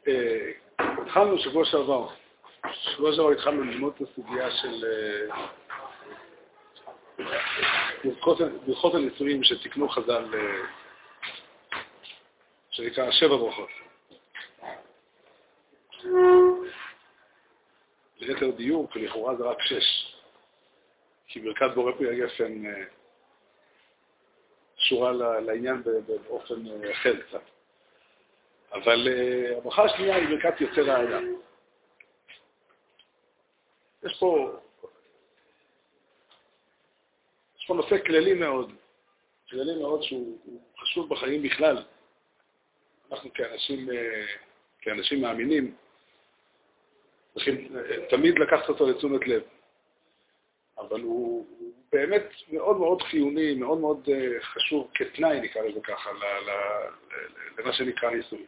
התחלנו שבוע שעבר התחלנו ללמוד את הסוגיה של ברכות הנישואים שתקנו חז"ל, שנקרא 7 ברכות. ליתר דיוק, לכאורה זה רק 6, כי ברכת בורא פרי הגפן קשורה לעניין באופן אחר קצת. אבל הברכה השנייה היא ברכת יוצר האדם. יש פה נושא כללי מאוד שהוא חשוב בחיים בכלל. אנחנו כאנשים מאמינים צריכים תמיד לקחת אותו לתשומת לב. אבל הוא באמת מאוד מאוד חיוני, מאוד מאוד חשוב כתנאי, נקרא לזה ככה, למה שנקרא נישואים.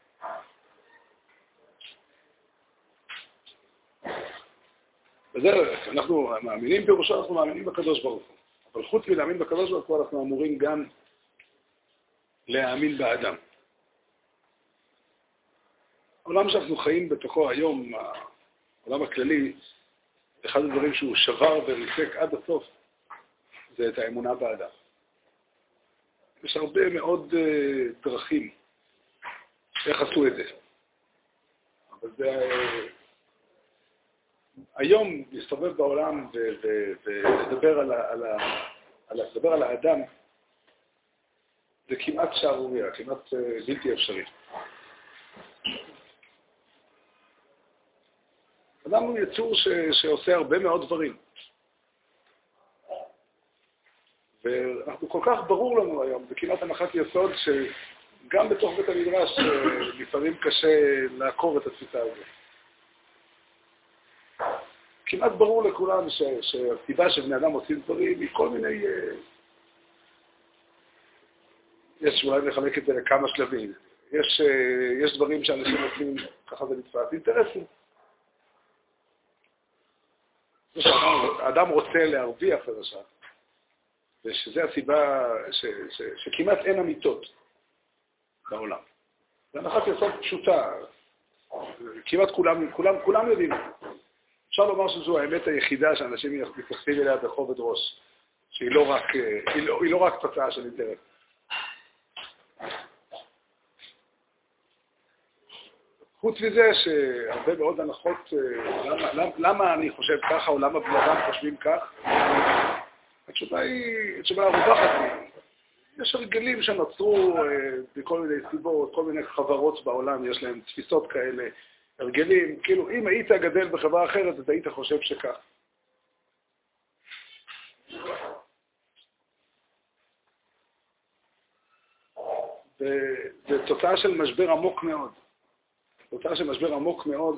בדרך, אנחנו מאמינים פירושו, אנחנו מאמינים בקדוש ברוך הוא. אבל חוץ מלהאמין בקדוש ברוך הוא, אנחנו אמורים גם להאמין באדם. העולם שאנחנו חיים בתוכו היום, העולם הכללי, אחד הדברים שהוא שבר וריסק עד הסוף, זה את האמונה באדם. יש הרבה מאוד דרכים איך עשו את זה. אבל זה היום להסתובב בעולם ולדבר על האדם, זה כמעט שערוריה, כמעט בלתי אפשרי. אדם הוא יצור שעושה הרבה מאוד דברים. ואנחנו כל כך ברור לנו היום, זה כמעט הנחת יסוד שגם בתוך בית המדרש לפעמים קשה לעקור את התפיסה הזאת. כמעט ברור לכולם שהסיבה שבני אדם עושים דברים היא כל מיני... יש אולי נחלק את זה לכמה שלבים. יש דברים שאנשים עושים, ככה זה נתפס, אינטרסים. האדם רוצה להרוויח למשל, ושזו הסיבה שכמעט אין אמיתות בעולם. זו הנחת יסוד פשוטה, כמעט כולם יודעים. אפשר לומר שזו האמת היחידה שאנשים מתייחסים אליה בכובד ראש, שהיא לא רק תוצאה של אינטרס. חוץ מזה שהרבה מאוד הנחות, למה אני חושב ככה או למה בני אדם חושבים כך, התשובה הרווחת. יש הרגלים שנוצרו בכל מיני סיבות, כל מיני חברות בעולם, יש להם תפיסות כאלה, הרגלים, כאילו אם היית גדל בחברה אחרת, אז היית חושב שכך. זה תוצאה של משבר עמוק מאוד. תוצאה של משבר עמוק מאוד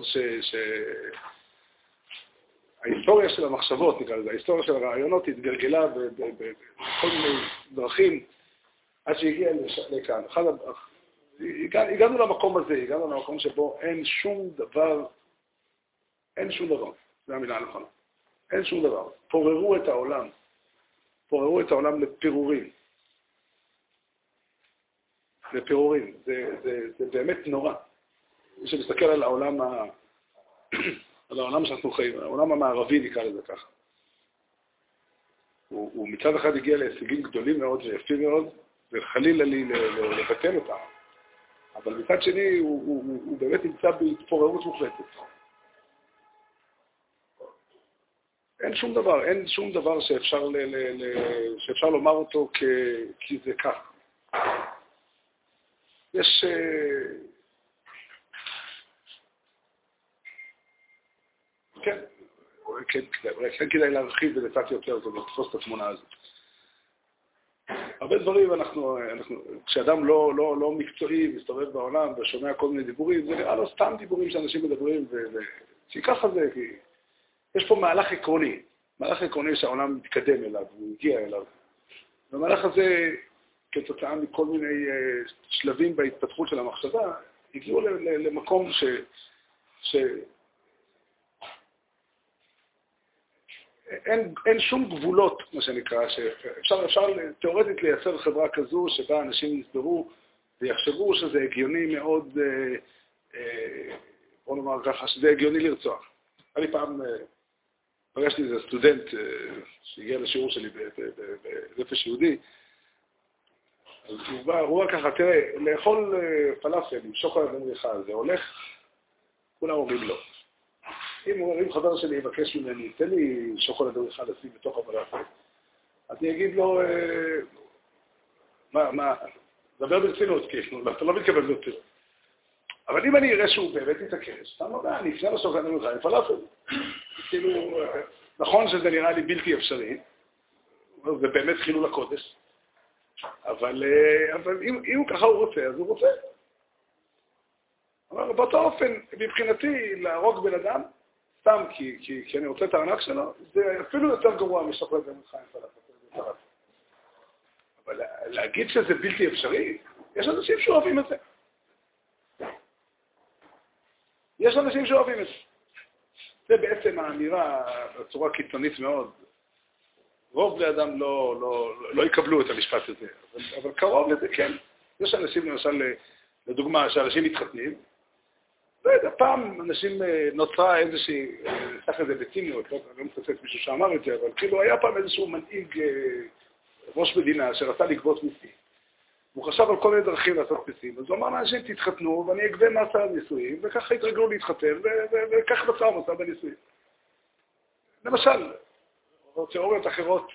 ההיסטוריה של המחשבות, נקרא לזה, ההיסטוריה של הרעיונות התגלגלה בכל מיני דרכים עד שהגיעה לכאן. הגענו למקום הזה, הגענו למקום שבו אין שום דבר, זה המילה הנכונה, אין שום דבר. פוררו את העולם לפירורים. זה באמת נורא. מי שמסתכל על העולם שאנחנו חיים, העולם המערבי נקרא לזה ככה. הוא מצד אחד הגיע להישגים גדולים מאוד ויפים מאוד, וחלילה לי לבטל אותם. אבל מצד שני הוא באמת נמצא בהתפוררות מוחלטת. אין שום דבר שאפשר לומר אותו כי זה כך. יש... כן כדאי להרחיב וזה קצת יותר, זה לתפוס את התמונה הזאת. הרבה דברים כשאדם לא מקצועי, מסתובב בעולם ושומע כל מיני דיבורים, זה נראה לו סתם דיבורים שאנשים מדברים, וככה זה, כי יש פה מהלך עקרוני שהעולם מתקדם אליו, הוא הגיע אליו. והמהלך הזה, כתוצאה מכל מיני שלבים בהתפתחות של המחשבה, הגיעו למקום אין שום גבולות, מה שנקרא, שאפשר תיאורטית לייצר חברה כזו שבה אנשים יסברו ויחשבו שזה הגיוני מאוד בוא נאמר ככה שזה הגיוני לרצוח. אני פעם פגשתי איזה סטודנט שהגיע לשיעור שלי בנפש יהודי, אז הוא בא ככה, תראה, לאכול פלאפל עם שוקולד ומריחה, זה הולך, כולם אומרים לא. אם חבר שלי יבקש ממני, תן לי שוקולד ומריחה לשים בתוך הפלאפל, אני אגיד לו, דבר ברצינות, כאילו, אתה לא מתכוון ברצינות. אבל אם אני אראה שהוא באמת יתעקש, אני אפנה לשוקולד ומריחה עם פלאפל. כאילו, נכון שזה נראה לי בלתי אפשרי, זה באמת חילול הקודש, אבל אם ככה הוא רוצה, אז הוא רוצה. אבל באותו אופן, מבחינתי, להרוג בן אדם, סתם כי אני רוצה את הארנק שלו, זה אפילו יותר גרוע משוקולד ומריחה עם פלאפל. אבל להגיד שזה בלתי אפשרי, יש אנשים שאוהבים את זה. יש אנשים שאוהבים את זה. זה בעצם האמירה בצורה קיצונית מאוד. רוב בני אדם לא יקבלו את המשפט הזה, אבל קרוב לזה כן. יש אנשים, למשל, לדוגמה, שאנשים מתחתנים, לא יודע, פעם אנשים נוצרה איזושהי, צריך את זה בציניות, אני לא מצטט מישהו שאמר את זה, אבל כאילו היה פעם איזשהו מנהיג ראש מדינה שרצה לגבות מיסים. הוא חשב על כל מיני דרכים לעשות מיסים, אז הוא אמר לאנשים תתחתנו ואני אגבה מס על הנישואים, וככה יתרגלו להתחתן, וכך נוצר מסע בנישואים. למשל, או תיאוריות אחרות,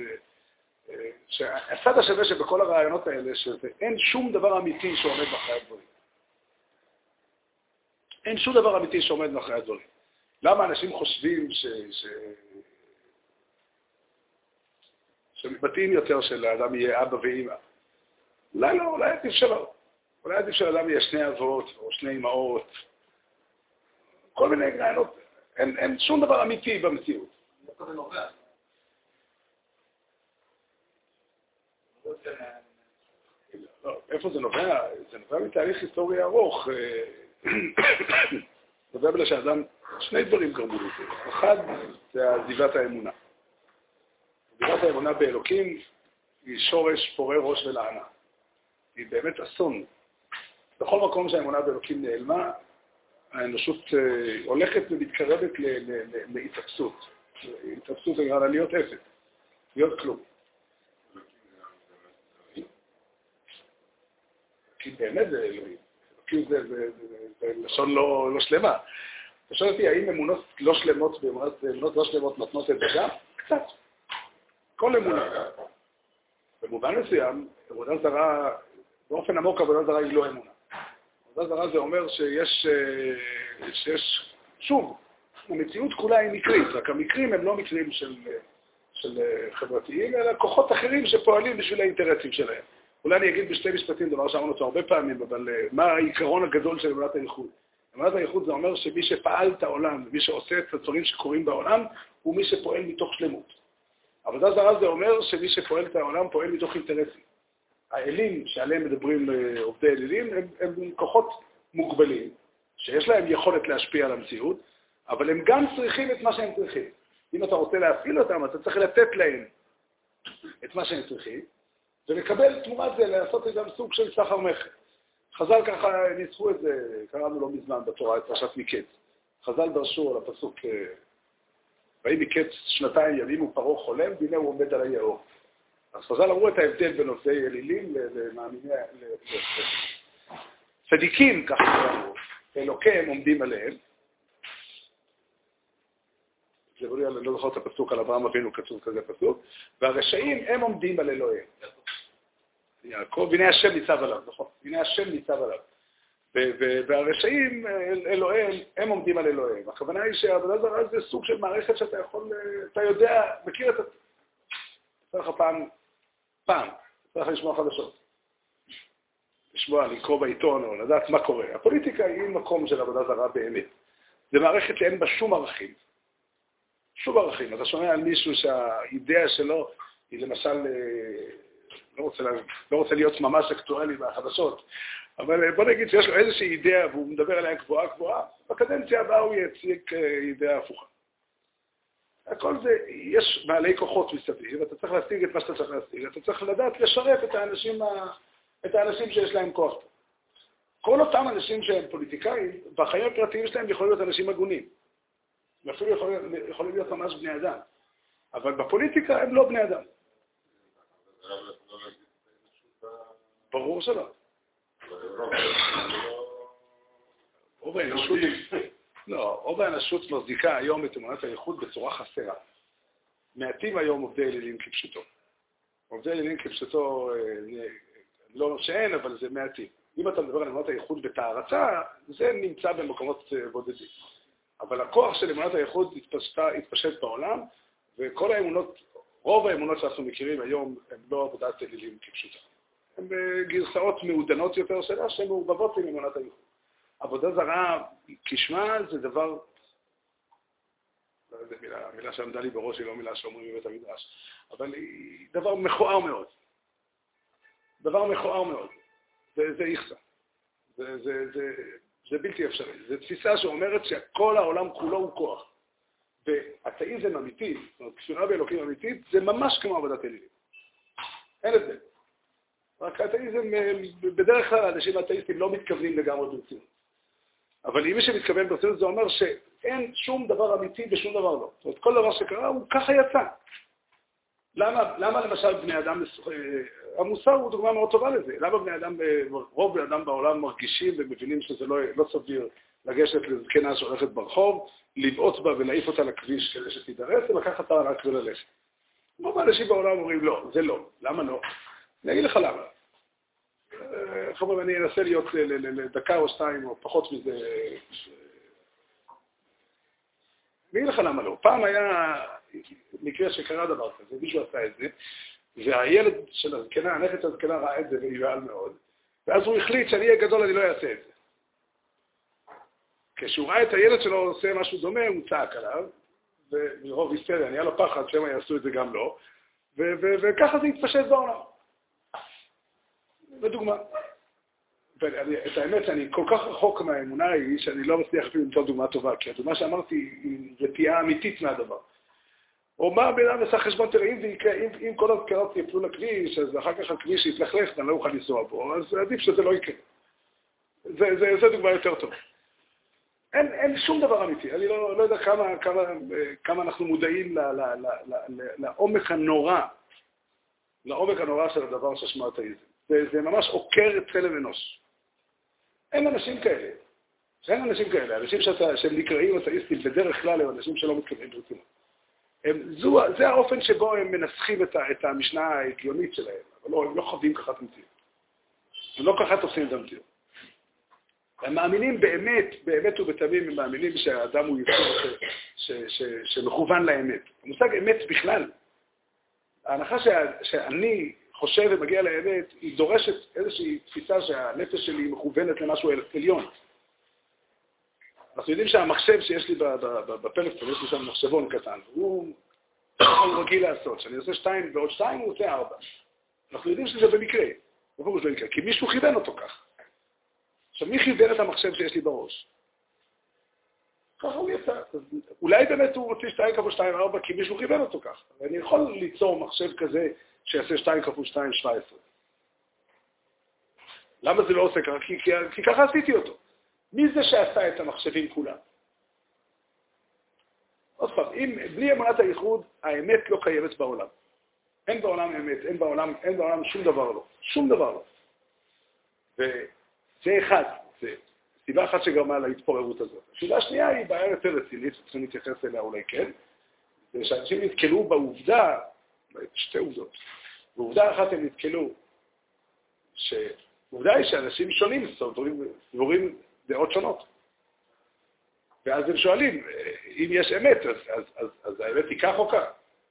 שהצד השווה שבכל הרעיונות האלה, שאין שום דבר אמיתי שעומד מאחורי הדברים. אין שום דבר אמיתי שעומד מאחורי הדברים. למה אנשים חושבים שמתאים יותר שלאדם יהיה אבא ואמא? אולי לא, אולי עדיף שלא. אולי עדיף שלאדם יהיה שני אבות או שני אמהות. כל מיני רעיונות. אין שום דבר אמיתי במציאות. איפה זה נובע? איפה זה נובע? זה נובע מתהליך היסטורי ארוך. נובע בלה שאדם, שני דברים גרמו לזה. אחד, זה עזיבת האמונה. עזיבת האמונה באלוקים היא שורש פורה ראש ולענה. היא באמת אסון. בכל מקום שהאמונה באלוקים נעלמה, האנושות הולכת ומתקרבת להתאפסות. התאפסות זה נראה להיות אפס, להיות כלום. כי באמת זה אלוהים. כי זה לשון לא שלמה. אתה שואל אותי, האם אמונות לא שלמות באמונות לא שלמות נותנות את זה גם? קצת. כל אמונה. במובן מסוים, אמונה זרה, באופן עמוק אמונה זרה היא לא אמונה. אמונה זרה זה אומר שיש שוב, המציאות כולה היא מקרית, רק המקרים הם לא מקרים של חברתיים, אלא כוחות אחרים שפועלים בשביל האינטרסים שלהם. אולי אני אגיד בשתי משפטים, דבר שאמרנו אותו הרבה פעמים, אבל מה העיקרון הגדול של אמונת הייחוד? אמונת הייחוד זה אומר שמי שפעל את העולם, מי שעושה את הדברים שקורים בעולם, הוא מי שפועל מתוך שלמות. עבודה זרה זה אומר שמי שפועל את העולם פועל מתוך אינטרסים. האלים שעליהם מדברים עובדי אלילים הם כוחות מוגבלים, שיש להם יכולת להשפיע על המציאות, אבל הם גם צריכים את מה שהם צריכים. אם אתה רוצה להפעיל אותם, אתה צריך לתת להם את מה שהם צריכים, ולקבל תמורת זה, לעשות גם סוג של סחר מכר. חז"ל ככה ניסחו את זה, קראנו לא מזמן בתורה, את פרשת מקץ. חז"ל דרשו על הפסוק, ויהי מקץ 2 ימים ופרעה חולם, והנה הוא עומד על היאור. אז חז"ל אמרו את ההבדל בין עובדי אלילים למאמיני צדיקים, ככה אמרו, אלוקיהם עומדים עליהם. זה בולי, אני לא זוכר את הפסוק על אברהם אבינו, כתוב כזה פסוק, והרשעים הם עומדים על אלוהים. יעקב, הנה השם ניצב עליו, נכון? הנה השם ניצב עליו. והרשעים, אלוהים, הם עומדים על אלוהים. הכוונה היא שהעבודה זרה זה סוג של מערכת שאתה יכול, אתה יודע, מכיר את זה. צריך פעם, צריך לשמוע חדשות. לשמוע, לקרוא בעיתון או לדעת מה קורה. הפוליטיקה היא מקום של עבודה זרה באמת. זה מערכת שאין בה שום ערכים. שום ערכים. אתה שומע על מישהו שהאידאה שלו היא למשל, לא רוצה להיות ממש אקטואלי מהחדשות, אבל בוא נגיד שיש לו איזושהי אידאה והוא מדבר עליה גבוהה, בקדנציה הבאה הוא יציג אידאה הפוכה. הכל זה, יש מעלי כוחות מסביב, אתה צריך להשיג את מה שאתה צריך להשיג, אתה צריך לדעת לשרת את האנשים שיש להם כוח. כל אותם אנשים שהם פוליטיקאים, בחיים הפרטיים שלהם יכולים להיות אנשים הגונים. הם אפילו יכולים להיות ממש בני אדם. אבל בפוליטיקה הם לא בני אדם. ברור שלא. רוב האנושות מחזיקה היום את אמונת הייחוד בצורה חסרה. מעטים היום עובדי אלילים כפשוטו. עובדי אלילים כפשוטו, לא אומר שאין, אבל זה מעטים. אם אתה מדבר על אמונת הייחוד בתערצה, זה נמצא במקומות בודדים. אבל הכוח של אמונת הייחוד התפשט בעולם, וכל האמונות, רוב האמונות שאנחנו מכירים היום, הן לא עבודת אלילים כפשוטו. הן גרסאות מעודנות יותר שלה, שהן מעורבבות עם אמונת הייחוד. עבודה זרה כשמה זה דבר, לא יודע, מילה שעמדה לי בראש היא לא מילה שאומרים בבית המדרש, אבל היא דבר מכוער מאוד. דבר מכוער מאוד. זה איכסה. זה בלתי אפשרי. זו תפיסה שאומרת שכל העולם כולו הוא כוח. והתאיזם אמיתי, זאת אומרת, כפירה באלוקים אמיתית, זה ממש כמו עבודת אלילים. אין את זה. רק התאיזם, בדרך כלל האנשים האתאיסטים לא מתכוונים לגמרי ברצינות. אבל אם מי שמתכוון ברצינות זה אומר שאין שום דבר אמיתי ושום דבר לא. זאת אומרת, כל דבר שקרה הוא ככה יצא. למה למשל בני אדם, המוסר הוא דוגמה מאוד טובה לזה. למה בני אדם, רוב בני אדם בעולם מרגישים ומבינים שזה לא סביר לגשת לזקנה שהולכת ברחוב, לבעוט בה ולהעיף אותה לכביש כדי שתידרס, ולקחת אותה רק וללכת. רוב האנשים בעולם אומרים לא, זה לא. למה לא? אני אגיד לך למה. חברים, אני אנסה להיות לדקה או שתיים או פחות מזה. אני אגיד לך למה לא. פעם היה מקרה שקרה דבר כזה, מישהו עשה את זה, והילד של הזקנה, הנכד של הזקנה ראה את זה ונבהל מאוד, ואז הוא החליט שאני אהיה גדול, אני לא אעשה את זה. כשהוא ראה את הילד שלו עושה משהו דומה, הוא צעק עליו, ומרוב היסטריה, נהיה לו פחד שהם יעשו את זה גם לא, וככה זה התפשט בעולם. בדוגמה. את האמת שאני כל כך רחוק מהאמונה היא שאני לא מצליח אפילו למצוא דוגמה טובה, כי הדוגמה שאמרתי היא רתיעה אמיתית מהדבר. או מה בן אדם עשה חשבון, תראה, אם כל הזכרות יפלו לכביש, אז אחר כך הכביש יתלכלך ואני לא אוכל לנסוע בו, אז עדיף שזה לא יקרה. זה דוגמה יותר טוב. אין שום דבר אמיתי. אני לא יודע כמה אנחנו מודעים לעומק הנורא, של הדבר ששמו אתאיזם. זה ממש עוקר את צלם אנוש. אין אנשים כאלה. אנשים שנקראים אתאיסטים בדרך כלל הם אנשים שלא מתכוונים ברצינות. זה האופן שבו הם מנסחים את המשנה ההגיונית שלהם, אבל הם לא חווים ככה את המציאות. הם לא ככה תופסים את המציאות. הם מאמינים באמת ובתמים, הם מאמינים שהאדם הוא יצור שמכוון לאמת. המושג אמת בכלל, ההנחה שאני חושב ומגיע לאמת, היא דורשת איזושהי תפיסה שהנפש שלי מכוונת למשהו עליון. אנחנו יודעים שהמחשב שיש לי בפלאפון, יש לי שם מחשבון קטן, הוא רגיל לעשות, שאני עושה 2 ועוד 2 הוא עושה 4. אנחנו יודעים שזה במקרה, כי מישהו כיוון אותו כך. עכשיו, מי כיוון את המחשב שיש לי בראש? ככה הוא יצא. אולי באמת הוא רוצה 2 כפול 2, 4, כי מישהו כיוון אותו כך. ואני יכול ליצור מחשב כזה שיעשה 2 כפול 2, 17. למה זה לא עושה ככה? כי ככה עשיתי אותו. מי זה שעשה את המחשבים כולם? עוד פעם, בלי אמונת הייחוד, האמת לא קיימת בעולם. אין בעולם אמת, אין בעולם שום דבר לא. שום דבר לא. וזה אחד, זה סיבה אחת שגרמה להתפוררות הזאת. השאלה השנייה היא בעיה יותר רצינית, צריכים להתייחס אליה אולי כן, זה שאנשים נתקלו בעובדה, שתי עובדות. בעובדה אחת הם נתקלו, עובדה היא שאנשים שונים סבורים דעות שונות. ואז הם שואלים, אם יש אמת, אז האמת היא כך או כך?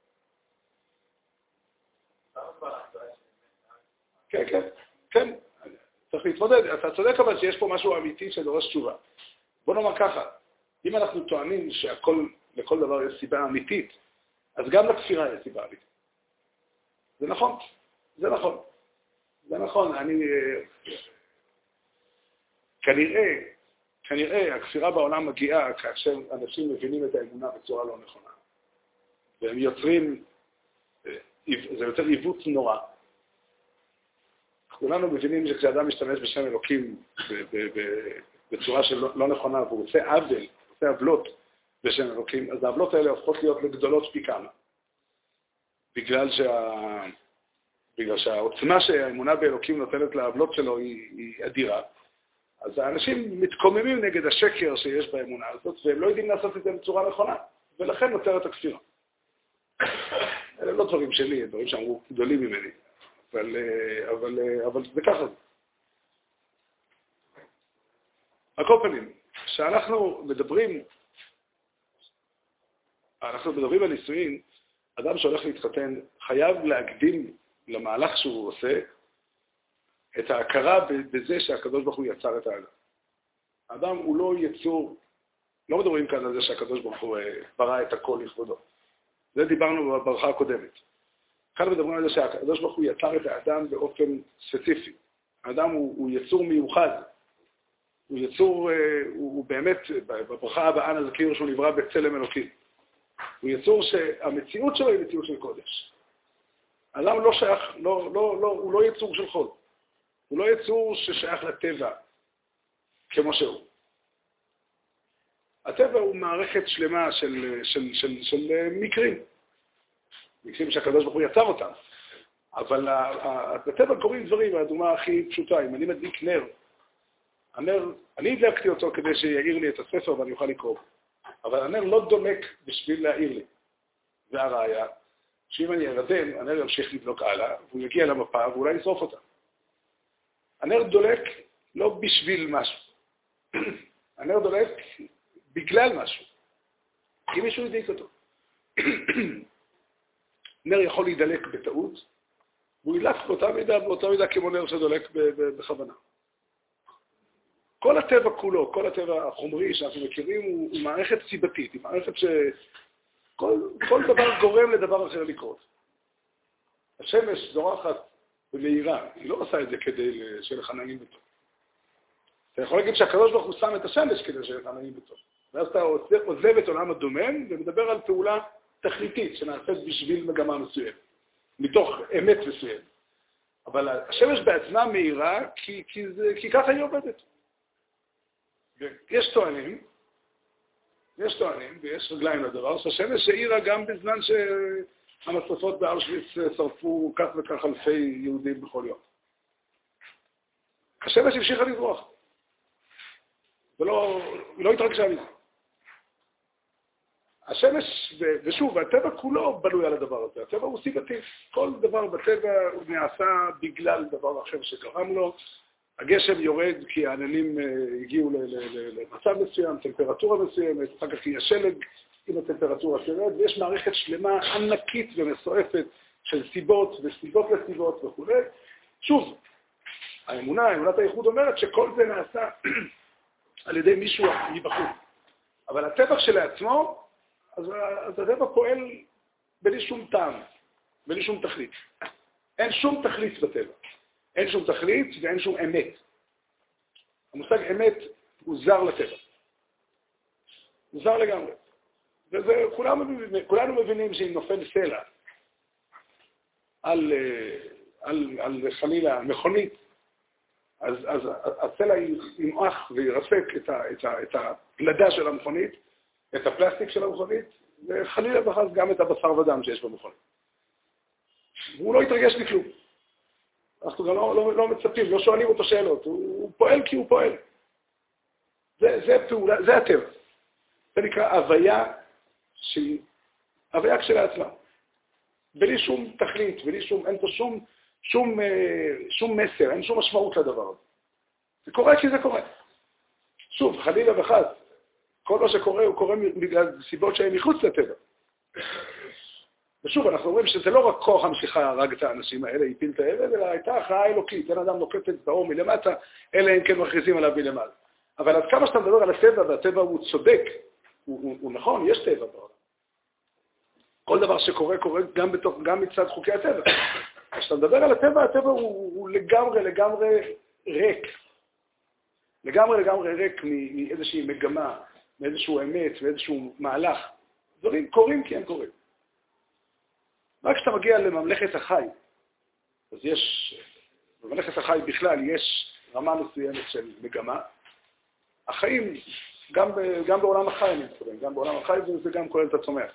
כן. צריך להתמודד. אתה צודק אבל שיש פה משהו אמיתי שדורש תשובה. בוא נאמר ככה, אם אנחנו טוענים לכל דבר יש סיבה אמיתית, אז גם לכפירה יש סיבה אמיתית. זה נכון. כנראה הכפירה בעולם מגיעה כאשר אנשים מבינים את האמונה בצורה לא נכונה. והם יוצרים, זה יותר עיוות נורא. כולנו מבינים שכשאדם משתמש בשם אלוקים בצורה שלא נכונה, והוא עושה עוול, עושה עוולות בשם אלוקים, אז העוולות האלה הופכות להיות לגדולות פי כמה. בגלל שהעוצמה שהאמונה באלוקים נותנת לעוולות שלו היא אדירה. אז האנשים מתקוממים נגד השקר שיש באמונה הזאת, והם לא יודעים לעשות את זה בצורה נכונה, ולכן נותרת הכפירה. אלה לא דברים שלי, דברים שאמרו גדולים ממני, אבל זה ככה. על כל פנים, כשאנחנו מדברים על נישואין, אדם שהולך להתחתן חייב להקדים למהלך שהוא עושה את ההכרה בזה שהקדוש ברוך הוא יצר את האדם. האדם הוא לא יצור, לא מדברים כאן על זה שהקדוש ברוך הוא ברא את הכל לכבודו. זה דיברנו בברכה הקודמת. כאן מדברים על זה שהקדוש ברוך הוא יצר את האדם באופן ספציפי. האדם הוא יצור מיוחד. הוא יצור, הוא באמת, בברכה הבאה נזכיר שהוא נברא בצלם אלוקים. הוא יצור שהמציאות שלו היא מציאות של קודש. האדם לא שייך, הוא לא יצור של חול. הוא לא יצור ששייך לטבע, כמו שהוא. הטבע הוא מערכת שלמה של מקרים. מקרים שהקדוש ברוך הוא יצר אותם. אבל בטבע קוראים דברים, הדוגמה הכי פשוטה, אם אני מדליק נר, אני הדלקתי אותו כדי שיעיר לי את הספר ואני אוכל לקרוא. אבל הנר לא דולק בשביל להעיר לי. זה הראיה, שאם אני ארדם, הנר ימשיך לדלוק הלאה, והוא יגיע למפה ואולי ישרוף אותה. הנר דולק לא בשביל משהו. הנר דולק בגלל משהו. כי מישהו ידליק אותו. נר יכול להידלק בטעות, והוא ילק באותה מידה כמו נר שדולק בכוונה. כל הטבע כולו, כל הטבע החומרי שאנחנו מכירים הוא מערכת סיבתית, היא מערכת שכל דבר גורם לדבר אחר לקרות. השמש זורחת ומאירה, היא לא עושה את זה כדי שיהיה לך נעים בטוב. אתה יכול להגיד שהקדוש ברוך הוא שם את השמש כדי שיהיה לך נעים בטוב. ואז אתה עוזב את עולם הדומיין ומדבר על פעולה תכליתית שנעשית בשביל מגמה מסוימת, מתוך אמת מסוימת. אבל השמש בעצמה מאירה כי ככה היא עובדת. יש טוענים ויש רגליים לדבר, שהשמש האירה גם בזמן שהמשרפות באושוויץ שרפו כך וכך אלפי יהודים בכל יום. השמש המשיכה לברוח, היא לא התרגשה מזה. השמש, ושוב, הטבע כולו בנוי על הדבר הזה. הטבע הוא סיבתי. כל דבר בטבע הוא נעשה בגלל דבר אחר שקרם לו. הגשם יורד כי העננים הגיעו למצב מסוים, טמפרטורה מסוימת, אחר כך יהיה שלג עם הטמפרטורה תרד, ויש מערכת שלמה ענקית ומסועפת של סיבות וסיבות לסיבות וכו'. שוב, אמונת הייחוד אומרת שכל זה נעשה על ידי מישהו מבחוץ. אבל הטבע שלעצמו, אז הטבע פועל בלי שום טעם, בלי שום תכלית. אין שום תכלית בטבע. אין שום תכלית ואין שום אמת. המושג אמת הוא זר לטבע. הוא זר לגמרי. וזה, כולנו מבינים שאם נופל סלע על חלילה מכונית, אז הסלע ימעך וירסק את הפלדה של המכונית, את הפלסטיק של המכונית, וחלילה וחס גם את הבשר ודם שיש במכונית. והוא לא יתרגש מכלום. אנחנו גם לא מצפים, לא שואלים אותו שאלות, הוא פועל כי הוא פועל. זה פעולה, זה הטבע. זה נקרא הוויה כשלעצמה. בלי שום תכלית, אין פה שום מסר, אין שום משמעות לדבר הזה. זה קורה כי זה קורה. שוב, חלילה וחס, כל מה שקורה הוא קורה בגלל סיבות שהן מחוץ לטבע. ושוב, אנחנו אומרים שזה לא רק כוח המשיכה הרג את האנשים האלה, הפיל את האלה, אלא הייתה הכרעה אלוקית, אין אדם נוקט את האור מלמטה, אלא אם כן מכריזים עליו מלמעלה. אבל עד כמה שאתה מדבר על הטבע, והטבע הוא צודק, הוא נכון, יש טבע בעולם. כל דבר שקורה, קורה גם מצד חוקי הטבע. כשאתה מדבר על הטבע, הטבע הוא לגמרי ריק. לגמרי ריק מאיזושהי מגמה, מאיזשהו אמת, מאיזשהו מהלך. דברים קורים כי הם קורים. רק כשאתה מגיע לממלכת החי, אז יש בנכס החי בכלל יש רמה מסוימת של מגמה. החיים, גם בעולם החי אני מתכוון, גם בעולם החי זה גם כולל את הצומח.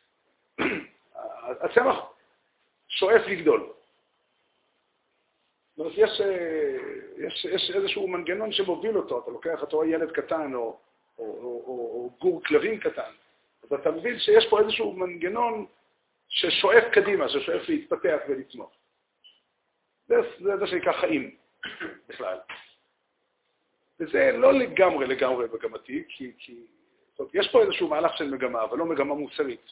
הצמח שואף לגדול. זאת אומרת, יש איזשהו מנגנון שמוביל אותו, אתה לוקח אותו ילד קטן או גור כלבים קטן, אז אתה מבין שיש פה איזשהו מנגנון ששואף קדימה, ששואף להתפתח ולצמוח. זה שנקרא חיים בכלל. וזה לא לגמרי מגמתי, כי יש פה איזשהו מהלך של מגמה, אבל לא מגמה מוסרית.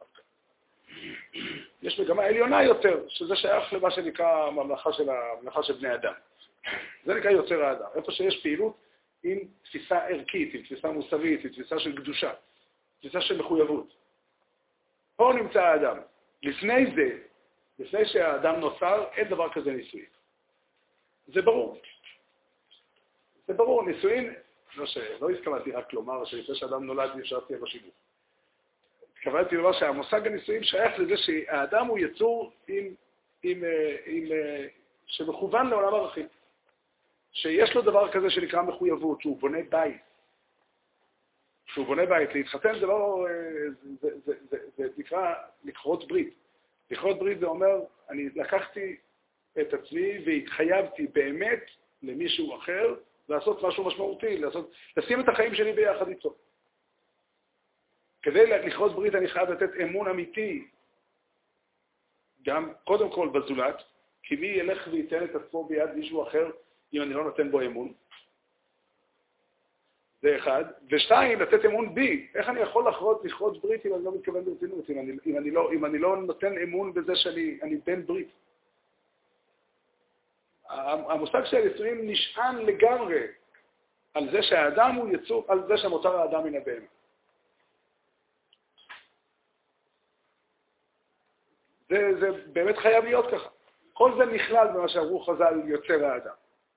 יש מגמה עליונה יותר, שזה שייך למה שנקרא הממלכה של בני אדם. זה נקרא יוצר האדם. איפה שיש פעילות עם תפיסה ערכית, עם תפיסה מוסרית, עם תפיסה של קדושה, תפיסה של מחויבות. פה נמצא האדם. לפני שהאדם נוצר, אין דבר כזה ניסוי. זה ברור. זה ברור, ניסויים, לא הסכמתי רק לומר שלפני שאדם נולד אפשר תהיה בשיווק. התכוונתי לומר שהמושג הניסויים שייך לזה שהאדם הוא יצור שמכוון לעולם ערכים. שיש לו דבר כזה שנקרא מחויבות, שהוא בונה בית. שהוא בונה בית, להתחתן זה לא, זה נקרא לכרות ברית. לכרות ברית זה אומר, אני לקחתי את עצמי והתחייבתי באמת למישהו אחר, לעשות משהו משמעותי, לשים את החיים שלי ביחד איתו. כדי לכרות ברית אני חייב לתת אמון אמיתי, גם קודם כל בזולת, כי מי ילך וייתן את עצמו ביד מישהו אחר אם אני לא נותן בו אמון? זה אחד. ושתיים, לתת אמון בי. איך אני יכול לכרות ברית אם אני לא מתכוון ברצינות, אם אני לא נותן אמון בזה שאני בן ברית? המושג של היצורים נשען לגמרי על זה שהאדם הוא יצור, על זה שמותר האדם מן הבהמה. זה באמת חייב להיות ככה. כל זה נכלל במה שאמרו חז"ל יוצר האדם.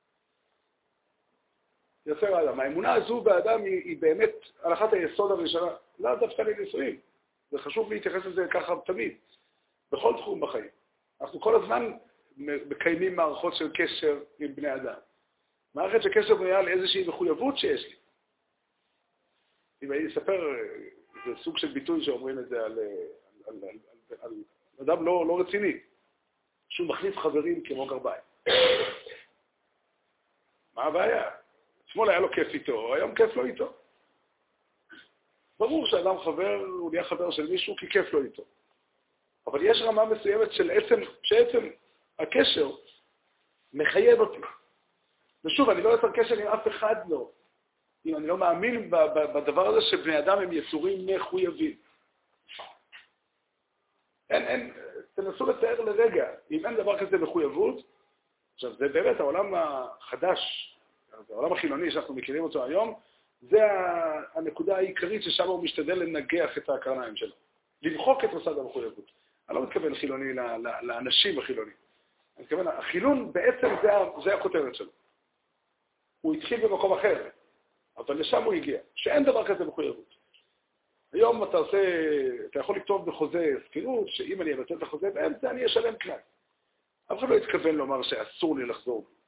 יוצר האדם. האמונה הזו באדם היא באמת הלכת היסוד הראשונה, לא דווקא לנישואים. זה חשוב להתייחס לזה ככה תמיד, בכל תחום בחיים. אנחנו כל הזמן מקיימים מערכות של קשר עם בני אדם. מערכת של קשר בנויה על איזושהי מחויבות שיש לי. אם אני אספר, זה סוג של ביטוי שאומרים את זה על אדם לא רציני, שהוא מחליף חברים כמו גרביים. מה הבעיה? אתמול היה לו כיף איתו, היום כיף לו איתו. ברור שאדם חבר, הוא נהיה חבר של מישהו כי כיף לו איתו. אבל יש רמה מסוימת של שעצם הקשר מחייב אותי. ושוב, אני לא יוצר קשר עם אף אחד לא. אם אני לא מאמין בדבר הזה שבני אדם הם יצורים מחויבים. תנסו לתאר לרגע, אם אין דבר כזה מחויבות, עכשיו זה באמת העולם החדש, העולם החילוני שאנחנו מכירים אותו היום, זה הנקודה העיקרית ששם הוא משתדל לנגח את הקרניים שלו. למחוק את מוסד המחויבות. אני לא מתכוון חילוני לאנשים החילונים. אני מתכוון, החילון בעצם זה הכותרת שלו. הוא התחיל במקום אחר, אבל לשם הוא הגיע, שאין דבר כזה מחויבות. היום אתה יכול לכתוב בחוזה סחירות, שאם אני אבטל את החוזה באמצע, אני אשלם קנס. אף אחד לא התכוון לומר שאסור לי לחזור בי.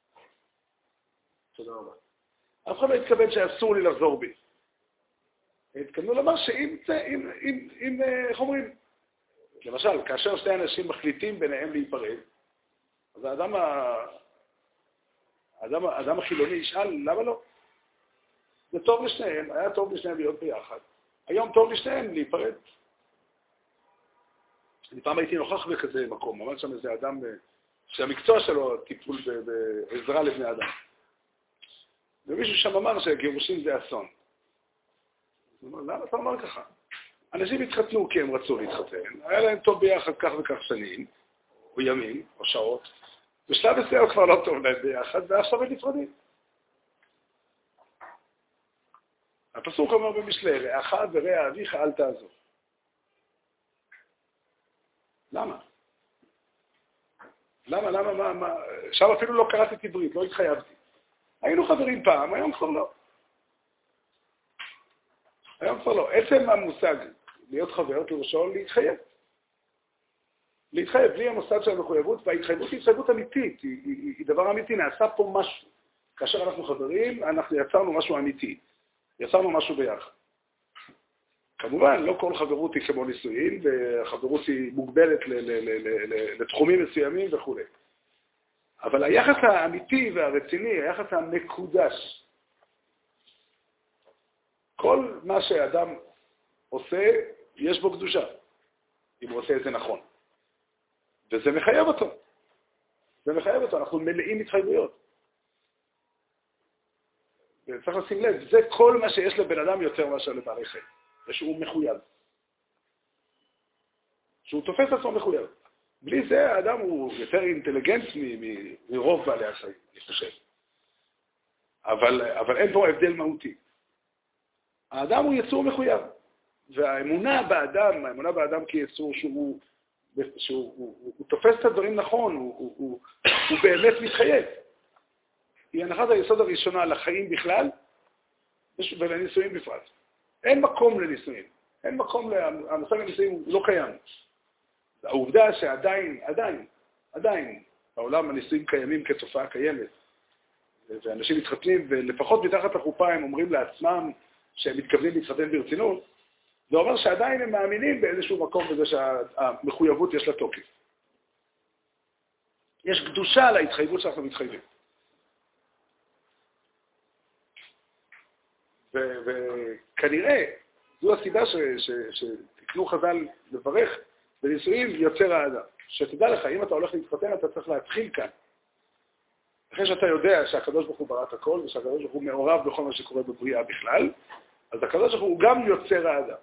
תודה רבה. אף אחד לא התכוון שאסור לי לחזור בי. התכוונו לומר שאם, איך אומרים? למשל, כאשר שני אנשים מחליטים ביניהם להיפרד, אז האדם החילוני ישאל, למה לא? זה טוב לשניהם, היה טוב לשניהם להיות ביחד. היום טוב לשניהם להיפרד. אני פעם הייתי נוכח בכזה מקום, ממש שם איזה אדם שהמקצוע שלו טיפול בעזרה לבני אדם. ומישהו שם אמר שהגירושים זה אסון. הוא אמר, למה אתה אומר ככה? אנשים התחתנו כי הם רצו להתחתן, היה להם טוב ביחד כך וכך שנים, או ימים, או שעות, בשלב מסוים כבר לא טוב להם ביחד, ועכשיו הם נפרדים. הפסוק אומר במשלי, רעך ורע אביך אל תעזוב. למה? למה? שם אפילו לא קראתי עברית, לא התחייבתי. היינו חברים פעם, היום כבר לא. עצם המושג להיות חבר פירושו להתחייב. להתחייב, בלי המוסד של המחויבות, וההתחייבות היא התחייבות אמיתית, היא דבר אמיתי, נעשה פה משהו. כאשר אנחנו חברים, אנחנו יצרנו משהו אמיתי, יצרנו משהו ביחד. כמובן, לא כל חברות היא כמו נישואין, והחברות היא מוגבלת לתחומים מסוימים וכו'. אבל היחס האמיתי והרציני, היחס המקודש, כל מה שאדם עושה, יש בו קדושה, אם הוא עושה את זה נכון. וזה מחייב אותו. זה מחייב אותו, אנחנו מלאים התחייבויות. וצריך לשים לב, זה כל מה שיש לבן אדם יותר מאשר לבעלי חיים. זה שהוא מחויב. שהוא תופס עצמו מחויב. בלי זה האדם הוא יותר אינטליגנט מרוב בעלי החיים, אני חושב. אבל אין פה הבדל מהותי. האדם הוא יצור מחויב. והאמונה באדם כיצור שהוא תופס את הדברים נכון, הוא באמת מתחייב. היא הנחת היסוד הראשונה לחיים בכלל ולנישואים בפרט. אין מקום לנישואים. אין מקום, המושג הנישואים הוא לא קיים. העובדה שעדיין, בעולם הנישואים קיימים כתופעה קיימת, ואנשים מתחתנים, ולפחות מתחת לחופה הם אומרים לעצמם שהם מתכוונים להתחתן ברצינות, זה אומר שעדיין הם מאמינים באיזשהו מקום בזה שהמחויבות יש לה תוקף. יש קדושה על ההתחייבות שאנחנו מתחייבים. וכנראה, זו הסיבה שתקנו חז"ל לברך בנישואים יוצר האדם. שתדע לך, אם אתה הולך להתחתן, אתה צריך להתחיל כאן. אחרי שאתה יודע שהקדוש ברוך הוא ברא את הכל, ושהקדוש ברוך הוא מעורב בכל מה שקורה בבריאה בכלל, אז הקדוש ברוך הוא גם יוצר האדם.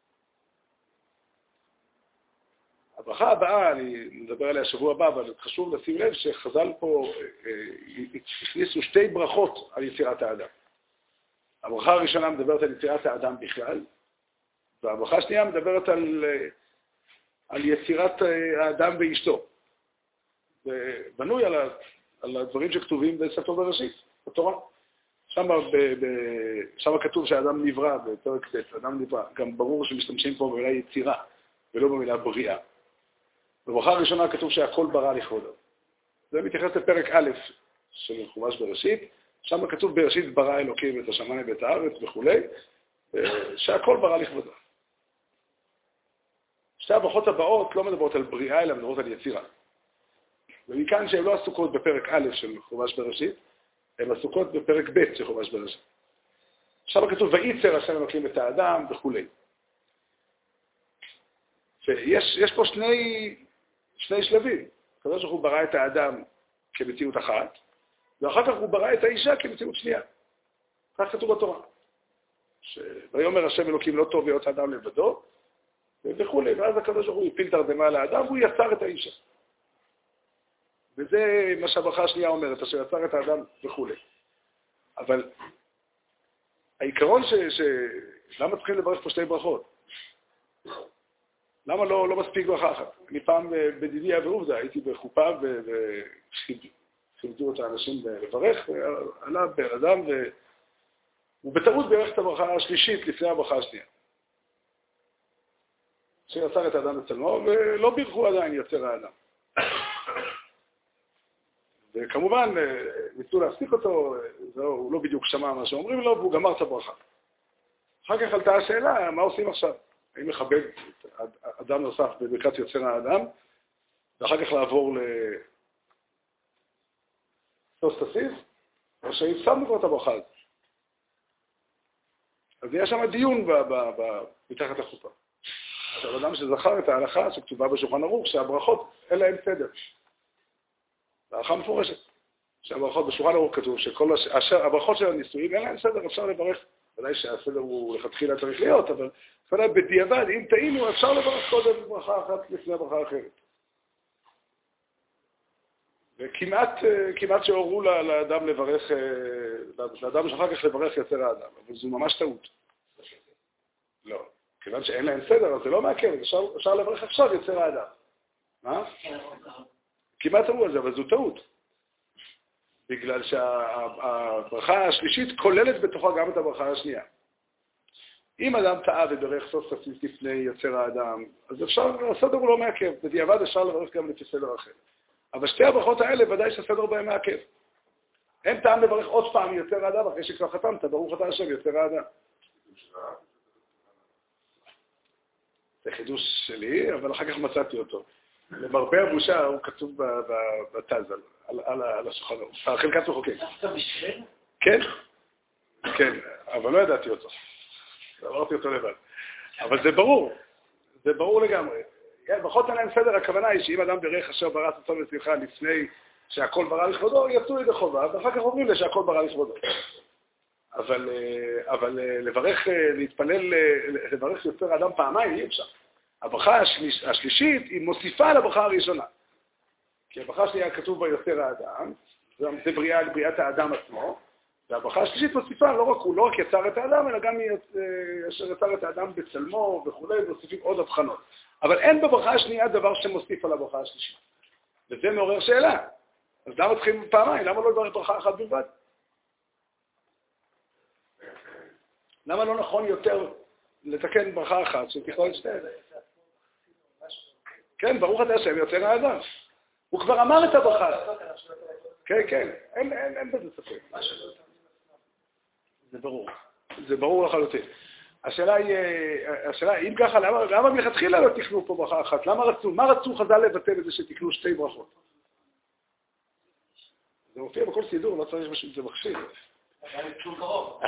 הברכה הבאה, אני מדבר עליה שבוע הבא, אבל חשוב לשים לב שחז"ל פה הכניסו שתי ברכות על יצירת האדם. הברכה הראשונה מדברת על יצירת האדם בכלל, והברכה השנייה מדברת על יצירת האדם ואשתו. ובנוי על הדברים שכתובים בספר בראשית, בתורה. שם כתוב שהאדם נברא, בפרק ט', אדם נברא. גם ברור שמשתמשים פה במילה יצירה, ולא במילה בריאה. בברכה הראשונה כתוב שהכל ברא לכבודו. זה מתייחס לפרק א' של חומש בראשית, שם כתוב בראשית ברא אלוקים את השמיים ואת הארץ וכו', שהכל ברא לכבודו. שתי הברכות הבאות לא מדברות על בריאה, אלא מדברות על יצירה. ומכאן שהן לא עסוקות בפרק א' של חומש בראשית, הן עסוקות בפרק ב' של חומש בראשית. שם כתוב וייצר השם אלוקים את האדם וכו'. ויש פה שני שלבים. הקדוש ברוך הוא ברא את האדם כמציאות אחת, ואחר כך הוא ברא את האישה כמציאות שנייה. כך כתוב בתורה. ויאמר השם אלוקים לא טוב להיות האדם לבדו, וכו'. ואז הקדוש ברוך הוא הפיל תרדמה לאדם, והוא יצר את האישה. וזה מה שהברכה השנייה אומרת, אשר יצר את האדם וכו'. אבל העיקרון למה צריכים לברך פה שתי ברכות? למה לא מספיק ברכה אחת? אני פעם בדידיה ועובדה, הייתי בחופה וכיבדו את האנשים לברך, ועלה בן אדם והוא בטעות בירך את הברכה השלישית לפני הברכה השנייה. שיצר את האדם בצלמו, ולא בירכו עדיין יוצר האדם. וכמובן, ניסו להפסיק אותו, הוא לא בדיוק שמע מה שאומרים לו, והוא גמר את הברכה. אחר כך עלתה השאלה, מה עושים עכשיו? האם מכבד אדם נוסף בברכת יוצר האדם, ואחר כך לעבור לסוסטסיס, או שהפסמנו כבר את הברכה הזאת. אז יש שם דיון מתחת לחופה. עכשיו, אדם שזכר את ההלכה שכתובה בשולחן ערוך, שהברכות אין להם סדר. ההלכה מפורשת. שהברכות בשולחן ערוך כתוב שהברכות של הנישואים אין להם סדר, אפשר לברך. ודאי שהסדר הוא לכתחילה צריך להיות, אבל בדיעבד, אם טעינו, אפשר לברך קודם ברכה אחת לפני ברכה אחרת. וכמעט שהורו לאדם לברך, לאדם שאחר כך לברך יצר האדם, אבל זו ממש טעות. לא. כיוון שאין להם סדר, אז זה לא מעכב, אפשר לברך עכשיו יצר האדם. מה? כמעט אמרו על זה, אבל זו טעות. בגלל שהברכה השלישית כוללת בתוכה גם את הברכה השנייה. אם אדם טעה וברך סוף סוף לפני יוצר האדם, אז אפשר, הסדר הוא לא מעכב, בדיעבד אפשר לברך גם לפי סדר אחר. אבל שתי הברכות האלה ודאי שהסדר בהם מעכב. אין טעם לברך עוד פעם יוצר האדם אחרי שכבר חתמת, ברוך אתה השם יוצר האדם. זה חידוש שלי, אבל אחר כך מצאתי אותו. למרבה הבושה הוא כתוב בטזל, על השולחן, חלקת מחוקק. כן, כן, אבל לא ידעתי אותו. אמרתי אותו לבד. אבל זה ברור לגמרי. ברכות עליהם סדר, הכוונה היא שאם אדם ברך אשר ברא את עצמו לשמחה לפני שהכל ברא לכבודו, יצאו ידי חובה, ואחר כך אומרים לה שהכל ברא לכבודו. אבל להתפלל, לברך יוצר האדם פעמיים, אי אפשר. הברכה השלישית היא מוסיפה לברכה הראשונה. כי הברכה השנייה כתוב בה יוצר האדם, זה בריאת האדם עצמו, והברכה השלישית מוסיפה, הוא לא רק יצר את האדם, אלא גם אשר יצר את האדם בצלמו וכו', ומוסיפים עוד הבחנות. אבל אין בברכה השנייה דבר שמוסיף על הברכה השלישית. וזה מעורר שאלה. אז למה צריכים פעמיים? למה לא לברך ברכה אחת בלבד? למה לא נכון יותר לתקן ברכה אחת שתכלול את שתיהן? כן, ברוך אתה השם יוצר האדם. הוא כבר אמר את הברכה. כן, כן, אין בזה ספק. זה ברור לחלוטין. השאלה היא, אם ככה, למה מלכתחילה לא תקנו פה ברכה אחת? מה רצו חז"ל לבטא בזה שתקנו שתי ברכות? זה מופיע בכל סידור, לא צריך בשביל זה מכשיר. אבל תקנו קרוב.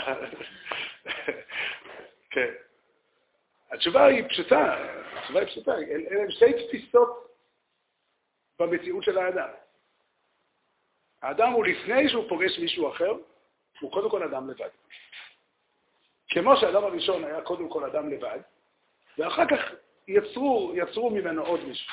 כן. התשובה היא פשוטה. אלה הם שתי תפיסות במציאות של האדם. האדם הוא לפני שהוא פוגש מישהו אחר, הוא קודם כל אדם לבד. כמו שהאדם הראשון היה קודם כל אדם לבד, ואחר כך יצרו ממנו עוד מישהו.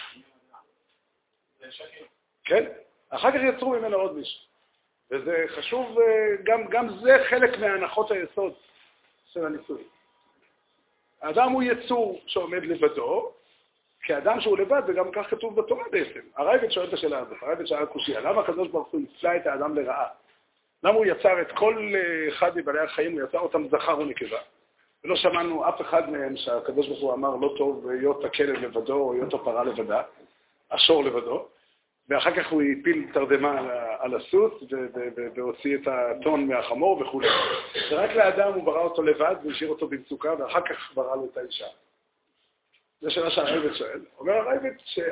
כן? אחר כך יצרו ממנו עוד מישהו. וזה חשוב, גם זה חלק מההנחות היסוד של הניסוי. האדם הוא יצור שעומד לבדו, כאדם שהוא לבד, וגם כך כתוב בתורה בעצם. הרייבד שואל את השאלה הזאת, הרייבד שאל קושיה, למה הקדוש ברוך הוא יצא את האדם לרעה? למה הוא יצר את כל אחד מבעלי החיים, הוא יצר אותם זכר ונקבה? ולא שמענו אף אחד מהם שהקדוש ברוך הוא אמר לא טוב להיות הכלב לבדו או להיות הפרה לבדה, השור לבדו, ואחר כך הוא הפיל תרדמה על הסוס והוציא את הטון מהחמור וכו'. ורק לאדם הוא ברא אותו לבד והשאיר אותו במצוקה, ואחר כך ברא לו את האישה. זו שאלה שהרייבד שואל. אומר הרייבד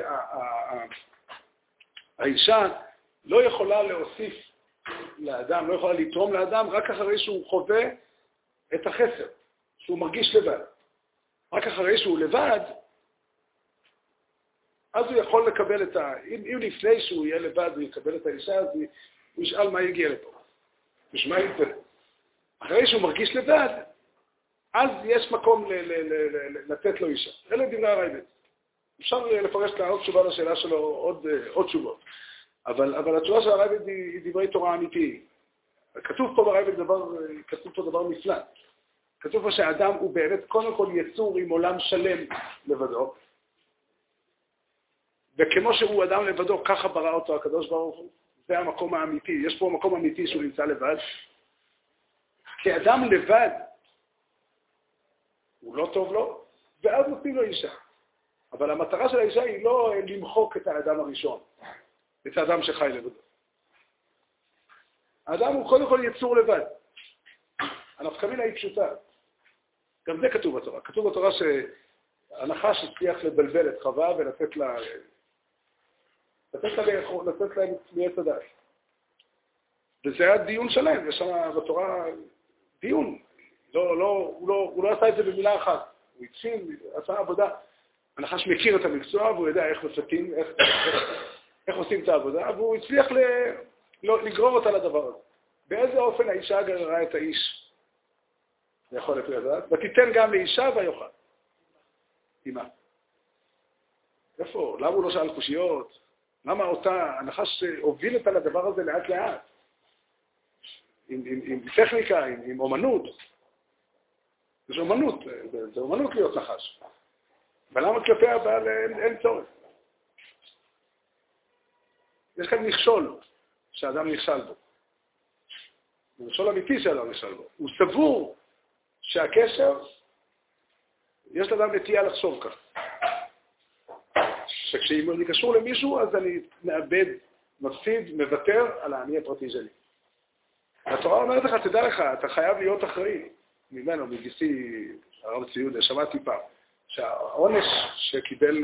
שהאישה לא יכולה להוסיף לאדם, לא יכולה לתרום לאדם רק אחרי שהוא חווה את החסר, שהוא מרגיש לבד. רק אחרי שהוא לבד, אז הוא יכול לקבל את אם לפני שהוא יהיה לבד הוא יקבל את האישה, אז הוא ישאל מה יגיע לפה. ושמה יצא. אחרי שהוא מרגיש לבד, אז יש מקום לתת לו אישה. אלה דברי הרייבד. אפשר לפרש כאן עוד תשובה לשאלה שלו, עוד תשובות. אבל התשובה של הרייבד היא דברי תורה אמיתיים. כתוב פה ברייבד דבר נפלא. כתוב פה שהאדם הוא באמת קודם כל יצור עם עולם שלם לבדו. וכמו שהוא אדם לבדו, ככה ברא אותו הקדוש ברוך הוא. זה המקום האמיתי. יש פה מקום אמיתי שהוא נמצא לבד. כאדם לבד, הוא לא טוב לו, ואז נותנים לו אישה. אבל המטרה של האישה היא לא למחוק את האדם הראשון, את האדם שחי לבדו. האדם הוא קודם כל יצור לבד. הנפקא מינה היא פשוטה. גם זה כתוב בתורה. כתוב בתורה שהנחש הצליח לבלבל את חווה ולתת לה מעץ הדעת. וזה היה דיון שלם, יש שם בתורה דיון. הוא לא עשה את זה במילה אחת. הוא התחיל, עשה עבודה. הנחש מכיר את המקצוע והוא יודע איך מפתים, איך עושים את העבודה, והוא הצליח לגרור אותה לדבר הזה. באיזה אופן האישה גררה את האיש? זה יכול לדעת. ותיתן גם לאישה ויוכל. אימה. איפה? למה הוא לא שאל קושיות? למה אותה הנחש הוביל אותה לדבר הזה לאט לאט? עם טכניקה, עם אומנות. זה אומנות, זה אומנות להיות נחש. ולמה כלפי הבעל אין צורך? יש כאן מכשול שהאדם נכשל בו. זה מכשול אמיתי שהאדם נכשל בו. הוא סבור שהקשר יש לאדם נטייה לחשוב כך. שכשאם אני קשור למישהו, אז אני מאבד, מפסיד, מוותר על האני הפרטי שלי. התורה אומרת לך, תדע לך, אתה חייב להיות אחראי. ממנו, מגיסי הרב צבי יהודה, שמעתי פעם, שהעונש שקיבל,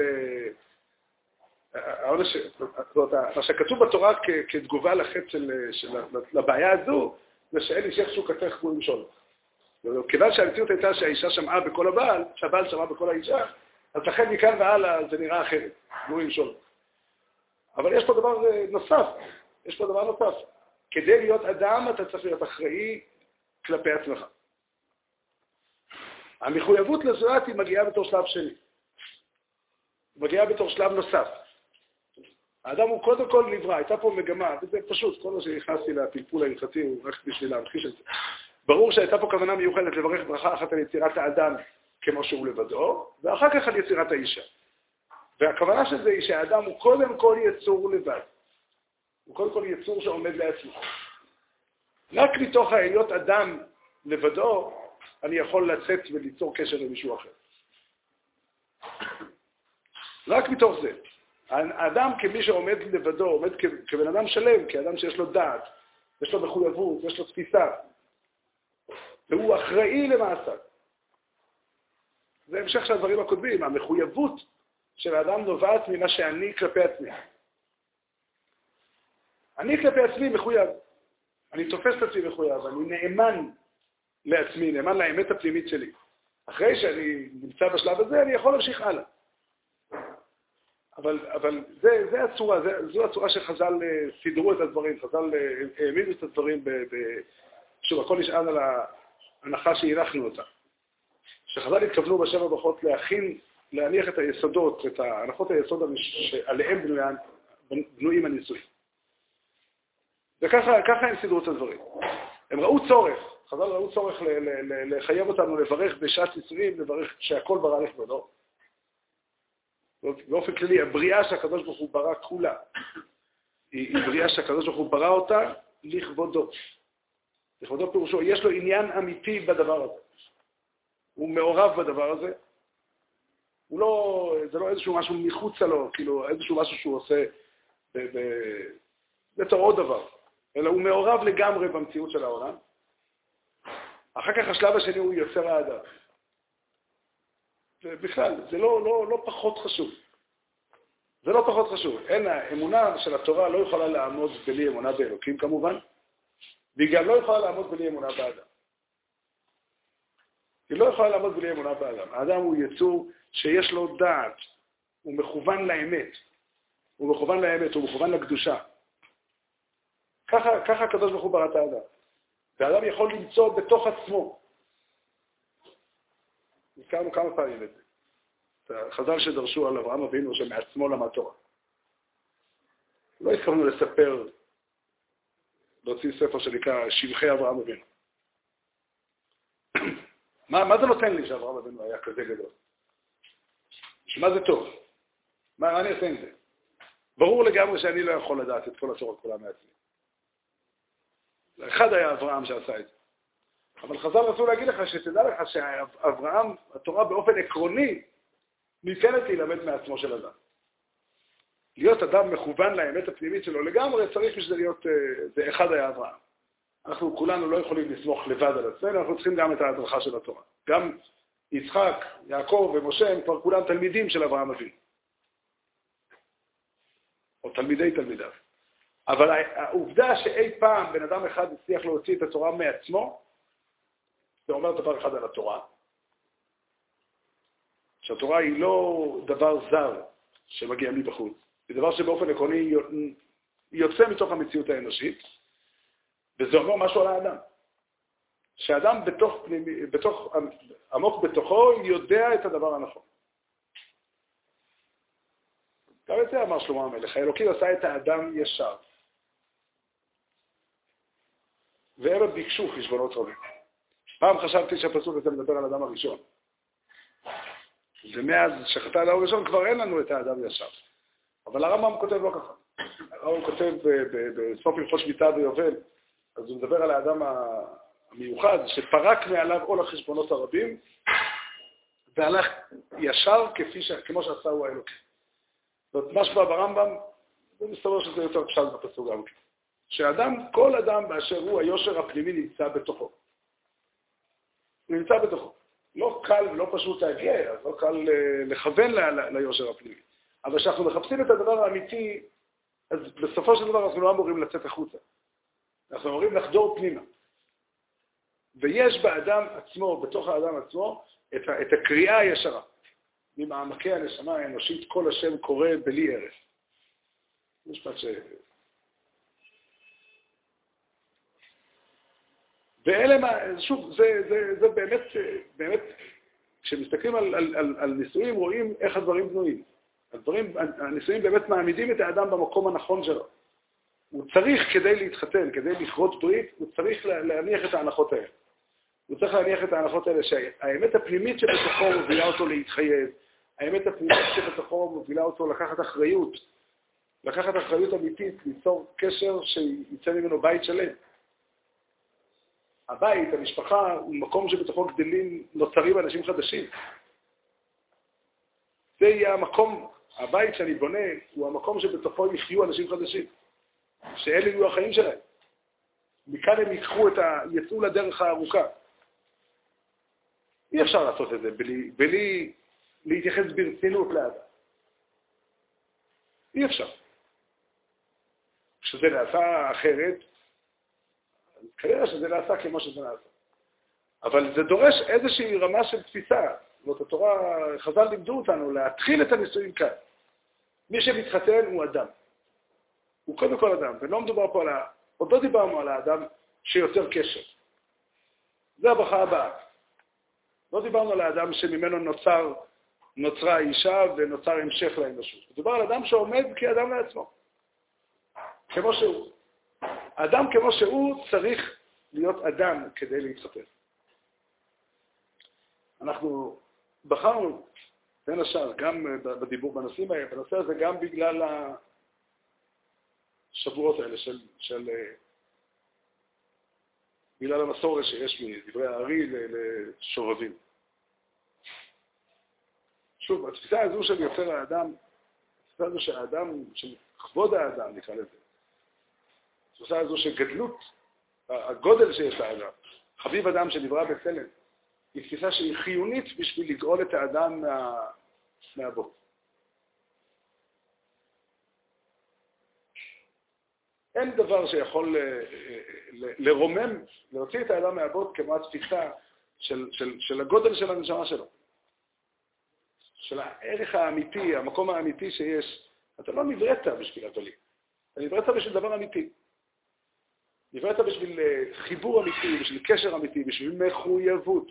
העונש, מה שכתוב בתורה כתגובה לחטא לבעיה הזו, זה שאין איש איכשהו כתך כמו למשול. כיוון שהמציאות הייתה שהאישה שמעה בכל הבעל, שהבעל שמעה בכל האישה, אז לכן מכאן והלאה זה נראה אחרת, כמו למשול. אבל יש פה דבר נוסף, כדי להיות אדם אתה צריך להיות אחראי כלפי עצמך. המחויבות לזולת היא מגיעה בתור שלב שני. מגיעה בתור שלב נוסף. האדם הוא קודם כל נברא, הייתה פה מגמה, וזה פשוט, כל מה שנכנסתי לפלפול ההלכתי הוא רק בשביל להמחיש את זה. ברור שהייתה פה כוונה מיוחדת לברך ברכה אחת על יצירת האדם כמו שהוא לבדו, ואחר כך על יצירת האישה. והכוונה של זה היא שהאדם הוא קודם כל יצור לבד. הוא קודם כל יצור שעומד לעצמו. רק מתוך ההיות אדם לבדו, אני יכול לצאת וליצור קשר למישהו אחר. רק מתוך זה. האדם כמי שעומד לבדו, עומד כבן אדם שלם, כאדם שיש לו דעת, יש לו מחויבות, יש לו תפיסה, והוא אחראי למעשה. זה המשך של הדברים הקודמים. המחויבות של האדם נובעת ממה שאני כלפי עצמי. אני כלפי עצמי מחויב. אני תופס את עצמי מחויב, אני נאמן לעצמי, נאמן לאמת הפנימית שלי. אחרי שאני נמצא בשלב הזה, אני יכול להמשיך הלאה. אבל זה הצורה, זו הצורה שחז"ל סידרו את הדברים, חז"ל העמידו את הדברים, שוב, הכל נשען על ההנחה שהנחנו אותה. שחז"ל התכוונו בשבע ברכות להניח את היסודות, את ההנחות היסוד שעליהם בנויים הניסויים. וככה הם סידרו את הדברים. הם ראו צורך, חז"ל ראו צורך לחייב אותנו לברך בשעת ניסויים, לברך שהכל ברא לכבודו. באופן כללי, הבריאה שהקדוש ברוך הוא ברא כולה, היא בריאה שהקדוש ברוך הוא ברא אותה לכבודו. לכבודו פירושו, יש לו עניין אמיתי בדבר הזה. הוא מעורב בדבר הזה. זה לא איזשהו משהו מחוצה לו, כאילו איזשהו משהו שהוא עושה בתור עוד דבר. אלא הוא מעורב לגמרי במציאות של העולם. אחר כך השלב השני הוא יוצר האדם. ובכלל, זה לא פחות חשוב. זה לא פחות חשוב. אין, האמונה של התורה לא יכולה לעמוד בלי אמונה באלוקים כמובן, והיא גם לא יכולה לעמוד בלי אמונה באדם. היא לא יכולה לעמוד בלי אמונה באדם. האדם הוא יצור שיש לו דעת, הוא מכוון לאמת. הוא מכוון לקדושה. ככה הקדוש ברוך הוא ברא את האדם. והאדם יכול למצוא בתוך עצמו. הזכרנו כמה פעמים את זה. חז"ל שדרשו על אברהם אבינו שמעצמו למד תורה. לא התכוונו לספר, להוציא ספר שנקרא שבחי אברהם אבינו. מה זה נותן לי שאברהם אבינו היה כזה גדול? שמה זה טוב? מה אני אעשה עם זה? ברור לגמרי שאני לא יכול לדעת את כל התורה כולה מעצמי. אחד היה אברהם שעשה את זה. אבל חז"ל רצו להגיד לך שתדע לך שאברהם, התורה באופן עקרוני, ניתנת להילמד מעצמו של אדם. להיות אדם מכוון לאמת הפנימית שלו לגמרי, צריך בשביל להיות, זה אחד היה אברהם. אנחנו כולנו לא יכולים לסמוך לבד על עצמנו, אנחנו צריכים גם את ההדרכה של התורה. גם יצחק, יעקב ומשה הם כבר כולם תלמידים של אברהם אבינו. או תלמידיו. אבל העובדה שאי פעם בן אדם אחד הצליח להוציא את התורה מעצמו, זה אומר דבר אחד על התורה. שהתורה היא לא דבר זר שמגיע מבחוץ. היא דבר שבאופן עקרוני יוצא מתוך המציאות האנושית, וזה אומר משהו על האדם. שהאדם עמוק בתוכו יודע את הדבר הנכון. גם את זה אמר שלמה המלך, האלוקים עשה את האדם ישר. והם ביקשו חשבונות רבים. פעם חשבתי שהפסוק הזה מדבר על האדם הראשון. ומאז שחטא האדם הראשון כבר אין לנו את האדם ישר. אבל הרמב"ם כותב לא ככה. הרמב"ם כותב בסוף הלכות שמיטה ביובל, אז הוא מדבר על האדם המיוחד שפרק מעליו עול החשבונות הרבים, והלך ישר כמו שעשה הוא האלוקי. זאת אומרת, מה שבא ברמב"ם, זה מסתבר שזה יותר פשט בפסוק גם כן. שאדם, כל אדם באשר הוא, היושר הפנימי נמצא בתוכו. הוא נמצא בתוכו. לא קל, לא פשוט להגיע, לא קל לכוון ליושר הפנימי. אבל כשאנחנו מחפשים את הדבר האמיתי, אז בסופו של דבר אנחנו לא אמורים לצאת החוצה. אנחנו אמורים לחדור פנימה. ויש באדם עצמו, בתוך האדם עצמו, את הקריאה הישרה. ממעמקי הנשמה האנושית, כל השם קורא בלי ערך. משפט ואלה, שוב, זה באמת, כשמסתכלים על ניסויים, רואים איך הדברים בנויים. הניסויים באמת מעמידים את האדם במקום הנכון שלו. הוא צריך, כדי להתחתן, כדי לכרות ברית, הוא צריך להניח את ההנחות האלה. הוא צריך להניח את ההנחות האלה שהאמת הפנימית שבתוכו מובילה אותו להתחייב, האמת הפנימית שבתוכו מובילה אותו לקחת אחריות אמיתית, ליצור קשר שיצא ממנו בית שלם. הבית, המשפחה, הוא מקום שבתוכו גדלים, נוצרים אנשים חדשים. זה יהיה המקום, הבית שאני בונה, הוא המקום שבתוכו יחיו אנשים חדשים. שאלה יהיו החיים שלהם. מכאן הם יצאו לדרך הארוכה. אי אפשר לעשות את זה בלי להתייחס ברצינות לאדם. אי אפשר. כשזה נעשה אחרת, כנראה שזה נעשה כמו שזה נעשה. אבל זה דורש איזושהי רמה של תפיסה. זאת התורה, חז"ל לימדו אותנו להתחיל את הניסויים כאן. מי שמתחתן הוא אדם. הוא קודם כל אדם, ולא מדובר פה עוד לא דיברנו על האדם שיוצר קשר. זה הברכה הבאה. לא דיברנו על האדם שממנו נוצרה האישה ונוצר המשך לאנושות. מדובר על אדם שעומד כאדם לעצמו. כמו שהוא. האדם כמו שהוא צריך להיות אדם כדי להתחתן. אנחנו בחרנו, בין השאר, גם בדיבור בנושאים האלה, בנושא הזה גם בגלל השבועות האלה בגלל המסורת שיש מדברי הארי לשובבים. שוב, התפיסה הזו של יוצר האדם, התפיסה הזו שהאדם, של כבוד האדם, נקרא לזה, התפיסה הזו של גדלות, הגודל שיש לאדם, חביב אדם שנברא בצלם, היא תפיסה שהיא חיונית בשביל לגאול את האדם מהבוט. אין דבר שיכול לרומם, להוציא את האדם מהבוט כמו התפיסה של הגודל של הנשמה שלו. של הערך האמיתי, המקום האמיתי שיש. אתה לא נבראת בשביל הגולים. אתה נבראת בשביל דבר אמיתי. נבראת בשביל חיבור אמיתי, בשביל קשר אמיתי, בשביל מחויבות.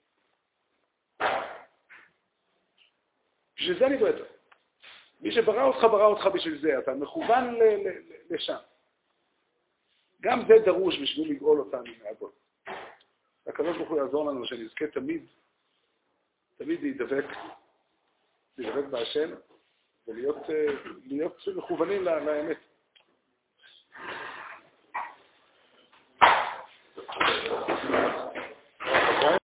בשביל זה נבראת. מי שברא אותך בשביל זה. אתה מכוון לשם. גם זה דרוש בשביל לגאול אותנו מהבוט. הקדוש ברוך הוא יעזור לנו שנזכה תמיד להידבק בהשם ולהיות מכוונים לאמת.